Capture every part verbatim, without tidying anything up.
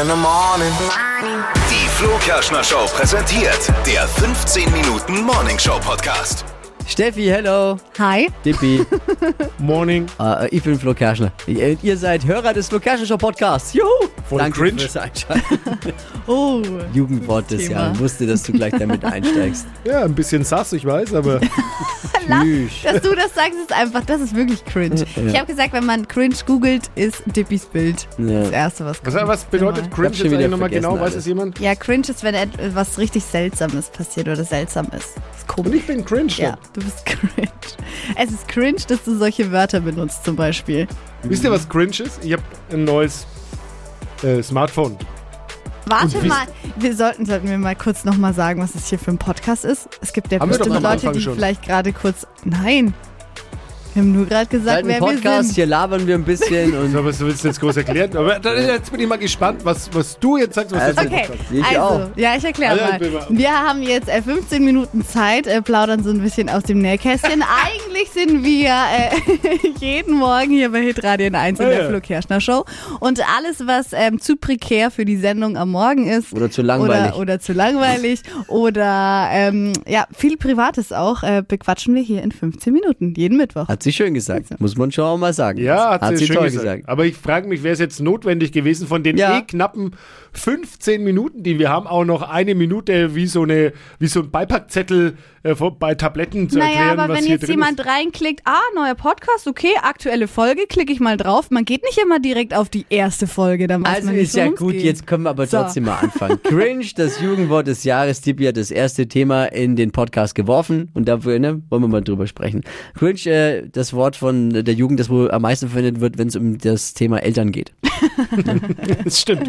in the morning. Die Flo Kerschner Show präsentiert der fünfzehn Minuten Morning Show Podcast. Steffi, hello. Hi. Dippi. Morning. Uh, ich bin Flo Kerschner. Ihr, ihr seid Hörer des Flo Kerschner Show Podcasts. Juhu. Voll Danke cringe. fürs Einschalten. Oh. Jugendwort des Thema. Jahres. Ich wusste, dass du gleich damit einsteigst. Ja, ein bisschen sass, ich weiß, aber Tschüss. Dass du das sagst, ist einfach, das ist wirklich cringe. Ja. Ich habe gesagt, wenn man cringe googelt, ist Dippis Bild Ja. das Erste, was kommt. was, was bedeutet Immer. cringe Ich hab schon jetzt wieder eigentlich nochmal vergessen genau? Weiß alles. es jemand? Ja, cringe ist, wenn etwas richtig Seltsames passiert oder seltsam ist. Das ist komisch. Und ich bin cringe. Ja, du bist cringe. Es ist cringe, dass du solche Wörter benutzt zum Beispiel. Wisst ihr, was cringe ist? Ich habe ein neues äh, Smartphone. Warte Und wie- mal, wir sollten, sollten wir mal kurz nochmal sagen, was es hier für ein Podcast ist. Es gibt ja Haben wir doch bestimmt am Leute, Anfang die schon. vielleicht gerade kurz... Nein, wir haben nur gerade gesagt, Seit dem wer wir Podcast, sind. hier labern wir ein bisschen und So, was willst du jetzt groß erklären? Aber da, jetzt bin ich mal gespannt, was, was du jetzt sagst. Was Also- das Okay, Ich also, auch. ja, ich erkläre Also, mal. ich bin mal- Wir haben jetzt äh, fünfzehn Minuten Zeit, äh, plaudern so ein bisschen aus dem Nähkästchen. Eigentlich sind wir äh, jeden Morgen hier bei Hitradio eins in Ja, der ja. Flo Kerschner Show. Und alles, was ähm, zu prekär für die Sendung am Morgen ist. Oder zu langweilig. Oder, oder zu langweilig. oder ähm, ja, viel Privates auch, äh, bequatschen wir hier in fünfzehn Minuten, jeden Mittwoch. hat sie schön gesagt. Muss man schon auch mal sagen. Ja, hat, sie, schön toll gesagt. gesagt. Aber ich frage mich, wäre es jetzt notwendig gewesen, von den Ja. eh knappen fünfzehn Minuten, die wir haben, auch noch eine Minute wie so, eine, wie so ein Beipackzettel äh, vor- bei Tabletten zu Naja, erklären, aber was wenn hier jetzt drin jemand ist. reinklickt, ah, neuer Podcast, okay, aktuelle Folge, klicke ich mal drauf. Man geht nicht immer direkt auf die erste Folge, dann weiß Also man nicht, ist ja worum's gut, geht. jetzt können wir aber So. trotzdem mal anfangen. Cringe, das Jugendwort des Jahres. Tippi hat das erste Thema in den Podcast geworfen und dafür ne, wollen wir mal drüber sprechen. Cringe, äh, das Wort von der Jugend, das wohl am meisten verwendet wird, wenn es um das Thema Eltern geht. Das stimmt.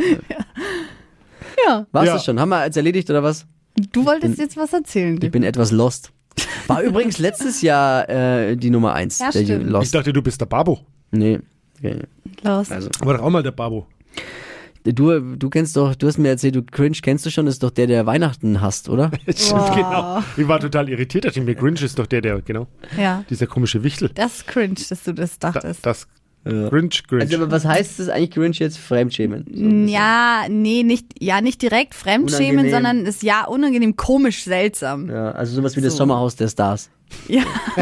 Ja, War's Ja. das schon? Haben wir als erledigt oder was? du wolltest jetzt was erzählen. Ich bin etwas lost. War übrigens letztes Jahr äh, die Nummer eins. Ja, der stimmt. Ich Lost. dachte, du bist der Babo. Nee. Okay. Los. Also, Aber doch auch mal der Babo. du, du kennst doch, du hast mir erzählt, du Cringe kennst du schon, das ist doch der, der Weihnachten hasst, oder? Stimmt, genau. Ich war total irritiert. Dachte mir, Grinch ist doch der, der, genau, Ja, dieser komische Wichtel. das ist cringe, dass du das Da, dachtest. das Ja. Grinch, Grinch. Also, aber was heißt das eigentlich Cringe jetzt? Fremdschämen? So ein bisschen. ja, nee, nicht, ja, nicht direkt Fremdschämen, Unangenehm. sondern ist ja unangenehm, komisch, seltsam. Ja, also sowas wie das So. Sommerhaus der Stars. Ja,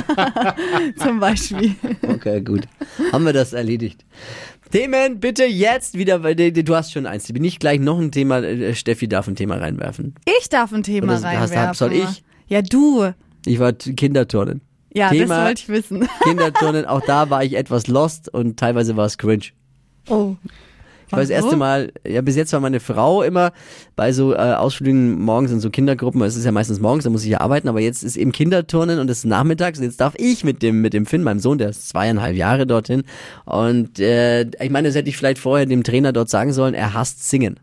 zum Beispiel. Okay, gut. Haben wir das erledigt. Themen bitte jetzt wieder, weil du, du hast schon eins. Ich bin nicht gleich noch ein Thema, äh, Steffi darf ein Thema reinwerfen. Ich darf ein Thema Oder hast- reinwerfen. soll ich? Ja, du. Ich war t- Kinderturnen. Ja, Thema- das wollte ich wissen. Kinderturnen, auch da war ich etwas lost und teilweise war es cringe. Oh. Ich war das erste Mal, ja bis jetzt war meine Frau immer bei so äh, Ausflügen morgens in so Kindergruppen, es ist ja meistens morgens, da muss ich ja arbeiten, aber jetzt ist eben Kinderturnen und es ist nachmittags und jetzt darf ich mit dem mit dem Finn, meinem Sohn, der ist zweieinhalb Jahre dorthin und äh, ich meine, das hätte ich vielleicht vorher dem Trainer dort sagen sollen, er hasst Singen.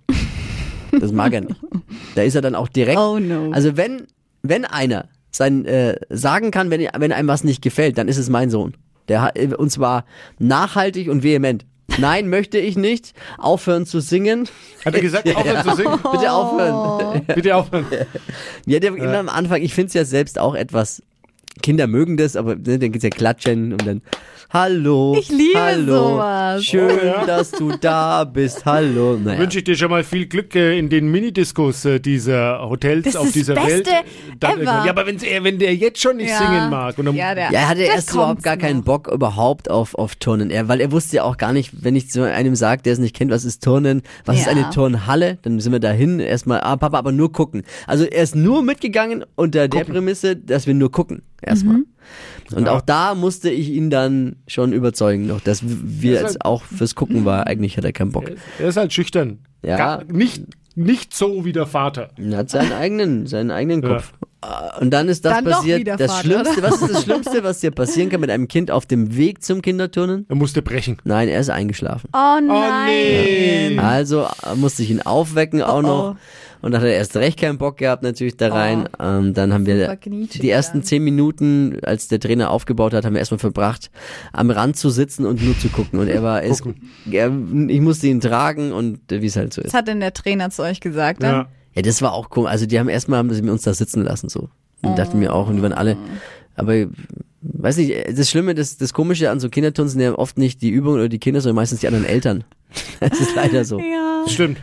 Das mag er nicht. Da ist er dann auch direkt, Oh no. also wenn, wenn einer sein, äh, sagen kann, wenn, wenn einem was nicht gefällt, dann ist es mein Sohn. Der hat, und zwar nachhaltig und vehement. Nein, möchte ich nicht. Aufhören zu singen. Hat er gesagt, aufhören zu singen? Bitte aufhören. Bitte aufhören. Ja, der, immer am Anfang, ich finde es ja selbst auch etwas, Kinder mögen das, aber ne, dann geht's ja klatschen und dann Hallo, Ich liebe hallo, sowas. schön, Oh, ja. dass du da bist, hallo. Naja. Wünsche ich dir schon mal viel Glück äh, in den Minidiscos äh, dieser Hotels Das auf ist dieser das Welt. Beste Dann ever. irgendwann- Ja, aber wenn's, er- wenn der jetzt schon nicht Ja. singen mag. Und dann, Ja, der, Ja, er hatte das erst überhaupt kommt's gar keinen noch. Bock überhaupt auf, auf Turnen. Er, weil er wusste ja auch gar nicht, wenn ich zu einem sage, der es nicht kennt, was ist Turnen, was ist Ja. eine Turnhalle, dann sind wir dahin erstmal, ah Papa, aber nur gucken. Also er ist nur mitgegangen unter der Prämisse, dass wir nur gucken erstmal. Mhm. Und Ja. auch da musste ich ihn dann schon überzeugen noch, dass wir ist jetzt halt- auch fürs Gucken war, eigentlich hat er keinen Bock. er ist halt schüchtern. Ja. Gar, nicht, nicht so wie der Vater. Er hat seinen eigenen, seinen eigenen Ja. Kopf. Ah, Und dann ist das Dann doch passiert, wieder das Vater, Schlimmste, oder? was ist das Schlimmste, was dir passieren kann mit einem Kind auf dem Weg zum Kinderturnen? Er musste brechen. Nein, er ist eingeschlafen. Oh nein. Oh nee. Also äh, musste ich ihn aufwecken auch Oh, noch. oh. Und dann hat er erst recht keinen Bock gehabt natürlich da rein. Ähm, dann haben wir Super knietschig die ersten dann. zehn Minuten, als der Trainer aufgebaut hat, haben wir erstmal verbracht, am Rand zu sitzen und nur zu gucken. Und er war, es, er, ich musste ihn tragen und äh, wie es halt so ist. Was hat denn der Trainer zu euch gesagt dann? Ja. Ja, das war auch komisch. Also die haben erstmal haben sie uns da sitzen lassen so. Und dachten mir auch, und die waren alle, aber weiß nicht, das Schlimme, das, das Komische an so Kinderturnen sind ja oft nicht die Übungen oder die Kinder, sondern meistens die anderen Eltern. Das ist leider so. Ja. Stimmt.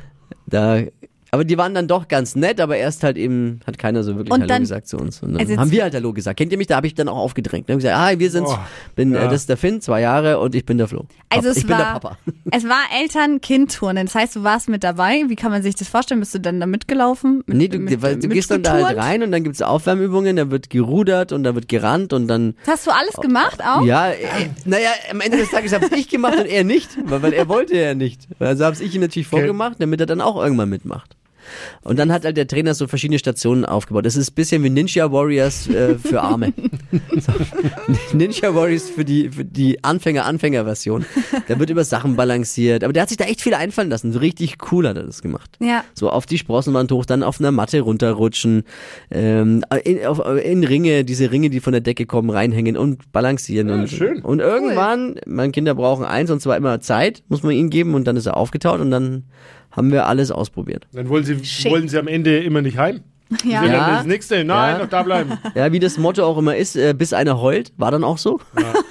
Da, aber die waren dann doch ganz nett, aber erst halt eben hat keiner so wirklich Und Hallo dann- gesagt zu uns. Und dann Also jetzt- haben wir halt Hallo gesagt. Kennt ihr mich? Da habe ich dann auch aufgedrängt. Dann hab ich gesagt, ah, wir sind's. Oh, bin, ja. äh, das ist der Finn, zwei Jahre und ich bin der Flo. Also Papa. es ich bin der war, Papa. es war Eltern-Kind-Turnen. Das heißt, du warst mit dabei. Wie kann man sich das vorstellen? Bist du dann da mitgelaufen? Mit, Nee, du, mit, weil du gehst dann da halt mitgeturnt? rein und dann gibt's Aufwärmübungen, da wird gerudert und da wird gerannt und dann Hast du alles gemacht auch? ja, äh, naja, am Ende des Tages habe ich gemacht und er nicht, weil, weil er wollte ja nicht. Also habe ich ihm natürlich vorgemacht, damit er dann auch irgendwann mitmacht. Und dann hat halt der Trainer so verschiedene Stationen aufgebaut. Das ist ein bisschen wie Ninja Warriors äh, für Arme. So. Ninja Warriors für die, für die Anfänger-Anfänger-Version. Da wird über Sachen balanciert. Aber der hat sich da echt viel einfallen lassen. So richtig cool hat er das gemacht. Ja. So auf die Sprossenwand hoch, dann auf einer Matte runterrutschen, ähm, in, auf, in Ringe, diese Ringe, die von der Decke kommen, reinhängen und balancieren. und, schön. und irgendwann, meine Kinder brauchen eins und zwar immer Zeit, muss man ihnen geben und dann ist er aufgetaut und dann haben wir alles ausprobiert. Dann wollen sie, Schick. wollen sie am Ende immer nicht heim. Ja. Will Ja. dann das nächste. Nein, Ja. noch da bleiben. Ja, wie das Motto auch immer ist, äh, bis einer heult, war dann auch so.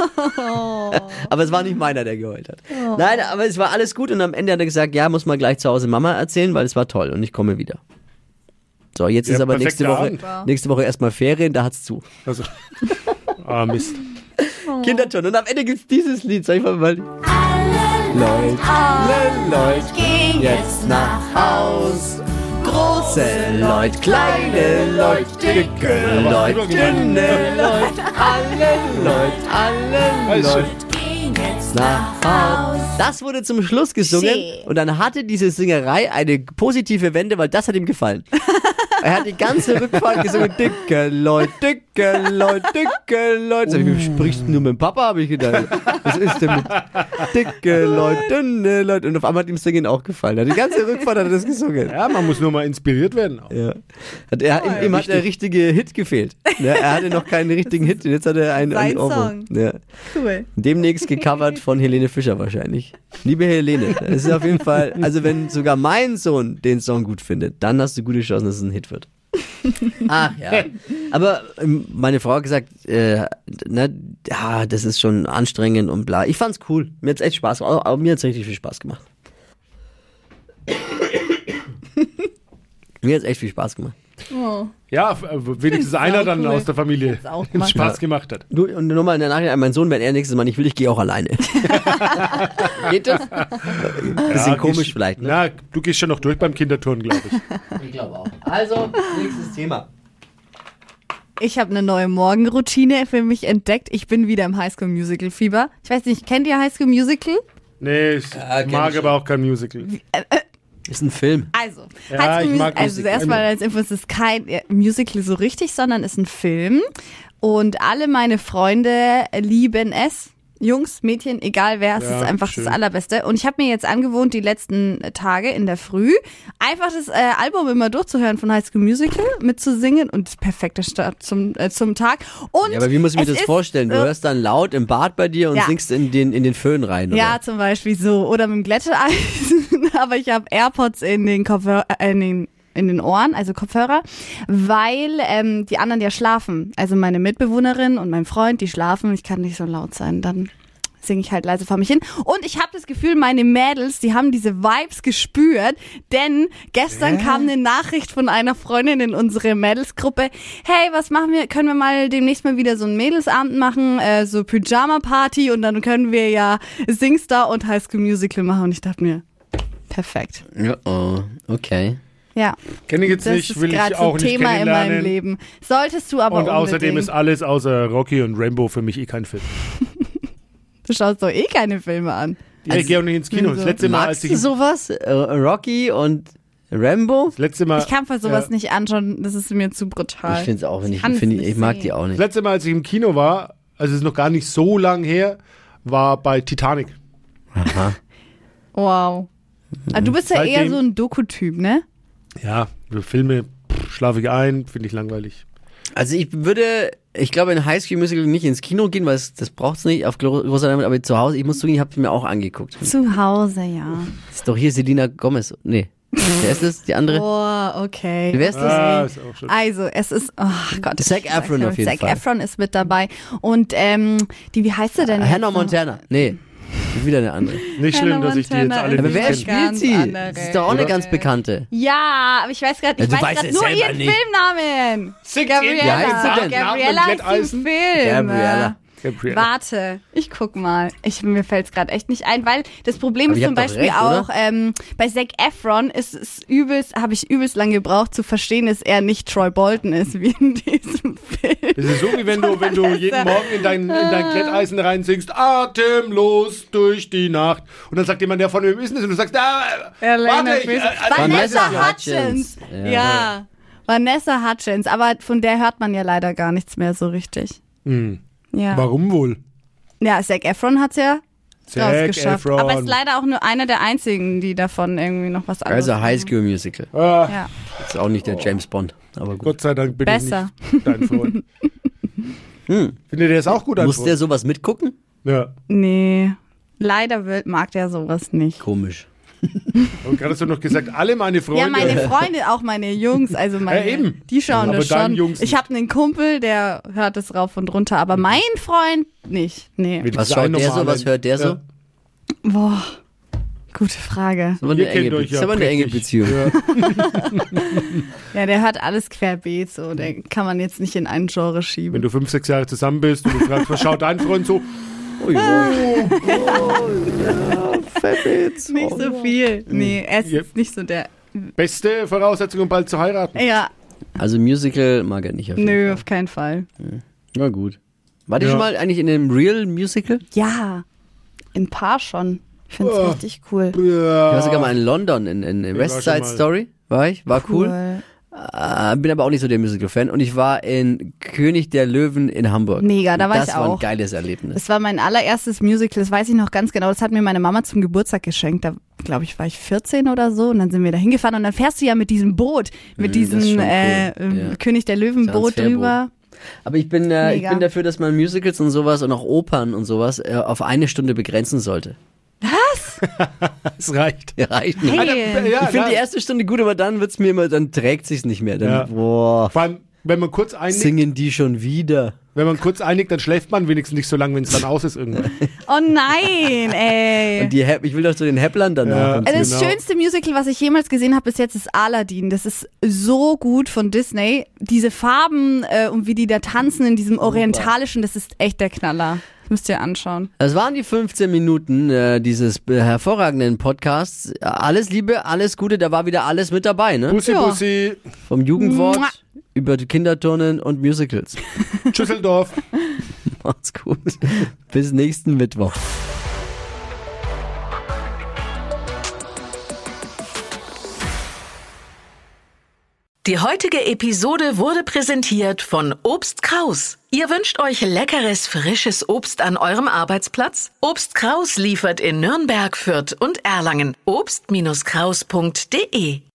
Aber es war nicht meiner, der geheult hat. Nein, aber es war alles gut und am Ende hat er gesagt, ja, muss man gleich zu Hause Mama erzählen, weil es war toll und ich komme wieder. So, jetzt Ja, ist aber perfekter nächste Woche, Abend. Wow. nächste Woche erstmal Ferien, da hat's zu. Also. Ah, Mist. Kinderton. Und am Ende gibt's dieses Lied. Soll ich mal mal. Leute, alle Leute gehen jetzt nach Haus. Große Leute, kleine Leute, dicke Leute, dünne Leute, alle Leute, alle Alles schön. Leute gehen jetzt nach Haus. Das wurde zum Schluss gesungen Schön. und dann hatte diese Singerei eine positive Wende, weil das hat ihm gefallen. Er hat die ganze Rückfahrt gesungen, dicke Leute, dicke Leute, dicke Leute. Sag ich, sprichst du nur mit dem Papa, habe ich gedacht. Was ist denn mit dicke Leute, dünne Leute? Und auf einmal hat ihm Singen auch gefallen. Die ganze Rückfahrt hat er das gesungen. Ja, man muss nur mal inspiriert werden. Auch. Ja. Hat er, ihm, ihm hat der richtige Hit gefehlt. Ja, er hatte noch keinen richtigen Hit. Jetzt hat er einen, Sein einen Ohrwurm. Song. Ja. Cool. Demnächst gecovert von Helene Fischer wahrscheinlich. Liebe Helene, das ist auf jeden Fall, also wenn sogar mein Sohn den Song gut findet, dann hast du gute Chancen, dass es ein Hit wird. Ach ja. Aber ähm, meine Frau hat gesagt, äh, na, ja, das ist schon anstrengend und bla. Ich fand's cool. Mir hat's echt Spaß gemacht. Aber mir hat's richtig viel Spaß gemacht. Mir hat's echt viel Spaß gemacht. Oh. Ja, f- äh, wenigstens Sau einer dann cool. aus der Familie, Hat's auch dem gemacht. Spaß gemacht hat. Du, und nur mal in der Nachricht an meinen Sohn, wenn er nächstes Mal nicht will, ich gehe auch alleine. Geht das? Bisschen Ja, komisch gehst- vielleicht, ne? Na, du gehst schon noch durch beim Kinderturnen, glaube ich. Ich glaube auch. Also, nächstes Thema. Ich habe eine neue Morgenroutine für mich entdeckt. Ich bin wieder im Highschool Musical Fieber. Ich weiß nicht, kennt ihr Highschool Musical? Nee, ich kenn mag ich aber schon. auch kein Musical. Ist ein Film. Also, Ja, High School ich Mus- mag also Musik. erstmal als Info, es ist kein äh, Musical so richtig, sondern ist ein Film. Und alle meine Freunde lieben es. Jungs, Mädchen, egal wer, es Ja, ist einfach schön. das Allerbeste. Und ich habe mir jetzt angewohnt, die letzten Tage in der Früh einfach das äh, Album immer durchzuhören von High School Musical, mitzusingen und perfekter Start zum, äh, zum Tag. Und Ja, aber wie muss ich mir es das ist, vorstellen? Du äh, hörst dann laut im Bad bei dir und Ja. singst in den, in den Föhn rein, oder? Ja, zum Beispiel so. Oder mit dem Glätteisen. Aber ich habe AirPods in den Kopfhörer, äh, in den in den Ohren, also Kopfhörer, weil ähm, die anderen ja schlafen. Also meine Mitbewohnerin und mein Freund, die schlafen. Ich kann nicht so laut sein. Dann singe ich halt leise vor mich hin. Und ich habe das Gefühl, meine Mädels, die haben diese Vibes gespürt, denn gestern kam eine Nachricht von einer Freundin in unsere Mädelsgruppe. Hey, was machen wir? Können wir mal demnächst mal wieder so einen Mädelsabend machen, äh, so Pyjama-Party und dann können wir ja Singstar und High School Musical machen. Und ich dachte mir, perfekt. Ja, oh, okay. Ja, Kenne ich jetzt das nicht, ist will ich gerade auch so nicht Thema in kennenlernen. meinem Leben. Solltest du aber Und außerdem unbedingt. ist alles außer Rocky und Rambo für mich eh kein Film. Du schaust doch eh keine Filme an. Ja, Also, ich gehe auch nicht ins Kino. Das so. letzte Mal, als Magst ich, du sowas? Äh, Rocky und Rambo? das letzte Mal, Ich kann für sowas ja. nicht anschauen, das ist mir zu brutal. Ich finde es auch, wenn ich, kann's find, nicht ich mag sehen. die auch das nicht. letzte Mal, als ich im Kino war, also es ist noch gar nicht so lang her, war bei Titanic. Aha. Wow. Ah, du bist ja Seitdem- eher so ein Doku-Typ, ne? Ja, so Filme pff, schlafe ich ein, finde ich langweilig. Also ich würde, ich glaube in High School Musical nicht ins Kino gehen, weil es, das braucht es nicht auf gro- großer Leinwand, aber zu Hause, ich muss zugeben, ich habe es mir auch angeguckt. Zu Hause, ja. Das ist doch hier Selena Gomez. Nee. Wer ist das? Die andere? Oh, okay. Wer ist das? Ah, ist auch schon. Also, es ist, oh Gott. Zac ich Efron weiß auf jeden Zac Fall. Efron ist mit dabei. Und, ähm, die, wie heißt sie denn? Hannah jetzt noch? Montana. Nee. Wieder eine andere. Nicht schlimm, Hannah dass ich die jetzt Montana alle ist Aber nicht wer eine kenne. spielt ganz sie? andere. Das ist doch auch eine Oder? ganz bekannte. Ja, aber ich weiß gerade, Ja, ich du weiß weißt gerade es nur selber ihren nicht. Filmnamen. Singt Gabriella. ihr? Wie heißt sie denn? Gabriella ist im Glätteisen? Film. Gabriella. Gabriella. Warte, ich guck mal. Ich, mir fällt's gerade echt nicht ein, weil das Problem Aber ist ihr zum habt doch Beispiel recht, auch, oder? ähm, bei Zac Efron ist es übelst, habe ich übelst lange gebraucht zu verstehen, dass er nicht Troy Bolton ist, wie in diesem Film. Das ist so, wie wenn du, wenn du jeden Morgen in dein, in dein Glätteisen reinsingst, atemlos durch die Nacht. Und dann sagt jemand, der von wem ist denn das? Und du sagst, ah, warte, ich, äh, also, Vanessa Vanessa Hutchins. Hutchins. Ja. Ja. Vanessa Hutchins, aber von der hört man ja leider gar nichts mehr so richtig. Hm. Ja. Warum wohl? Ja, Zac Efron hat's ja Zac rausgeschafft. Efron. Aber ist leider auch nur einer der einzigen, die davon irgendwie noch was anderes Also High School Musical. Ah, Ja. Ist auch nicht der James Bond, aber gut. Gott sei Dank bin Besser. ich nicht dein Freund. Hm. Findet ihr das auch gut, dein Muss der Freund? sowas mitgucken? Ja. Nee. Leider will, mag der sowas nicht. Komisch. Und gerade hast du noch gesagt, alle meine Freunde. Ja, meine Freunde, auch meine Jungs, also meine, Ja, eben. die schauen Aber das deinen schon. Jungs Ich nicht. habe einen Kumpel, der hört das rauf und runter, aber mein Freund nicht. Nee. Wie Was dieser schaut der so, normale- was hört der so? Ja. Boah, gute Frage. Ist aber eine Ihr enge, kennt Be euch ja ist aber eine enge prächtig. Beziehung. Ja. Ja, der hört alles querbeet, so, den kann man jetzt nicht in einen Genre Wenn schieben. du fünf, sechs Jahre zusammen bist und du fragst, was schaut dein Freund so? Oh, ja. Fettwitz. Nicht so viel. Nee, er ist Ja. jetzt nicht so der. Beste Voraussetzung, um bald zu heiraten. Ja, Also Musical mag er nicht auf jeden nö, Fall. auf keinen Fall. Na gut. War die Ja. schon mal eigentlich in einem Real Musical? Ja, ein paar schon. Ich find's Oh. richtig cool. Ich war sogar mal in London, in, in war West schon Side mal. Story. War ich, war cool. Äh, bin aber auch nicht so der Musical-Fan. Und ich war in König der Löwen in Hamburg. Mega, da war das ich war ein auch. geiles Erlebnis. Das war mein allererstes Musical, das weiß ich noch ganz genau. Das hat mir meine Mama zum Geburtstag geschenkt. Da, glaube ich, war ich vierzehn oder so. Und dann sind wir da hingefahren. Und dann fährst du ja mit diesem Boot, mit Mm, diesem das ist schon cool. äh, Ja. König der Löwen Boot Transferboot. drüber. Aber ich bin, äh, ich Mega. bin dafür, dass man Musicals und sowas und auch Opern und sowas äh, auf eine Stunde begrenzen sollte. Es reicht. Ja, reicht nicht. Hey. Ja, Ich finde na, die erste Stunde gut, aber dann wird's mir immer, dann trägt sich's nicht mehr. Dann, Ja. boah, Vor allem, wenn man kurz einigt, singen die schon wieder. wenn man kurz einigt, dann schläft man wenigstens nicht so lange, wenn es dann aus ist irgendwann. Oh nein, ey. Und die Hep- ich will doch zu den Häpplern danach. Ja. Und Also das Genau. schönste Musical, was ich jemals gesehen habe bis jetzt, ist Aladdin. Das ist so gut von Disney. Diese Farben äh, und wie die da tanzen in diesem orientalischen, das ist echt der Knaller. Das müsst ihr anschauen. Das waren die fünfzehn Minuten äh, dieses äh, hervorragenden Podcasts. Alles Liebe, alles Gute, da war wieder alles mit dabei, ne? Bussi, Ja. Bussi, Vom Jugendwort Mua. über die Kinderturnen und Musicals. Schüsseldorf. Macht's gut. Bis nächsten Mittwoch. Die heutige Episode wurde präsentiert von Obst Kraus. Ihr wünscht euch leckeres, frisches Obst an eurem Arbeitsplatz? Obst Kraus liefert in Nürnberg, Fürth und Erlangen. obst Kraus punkt de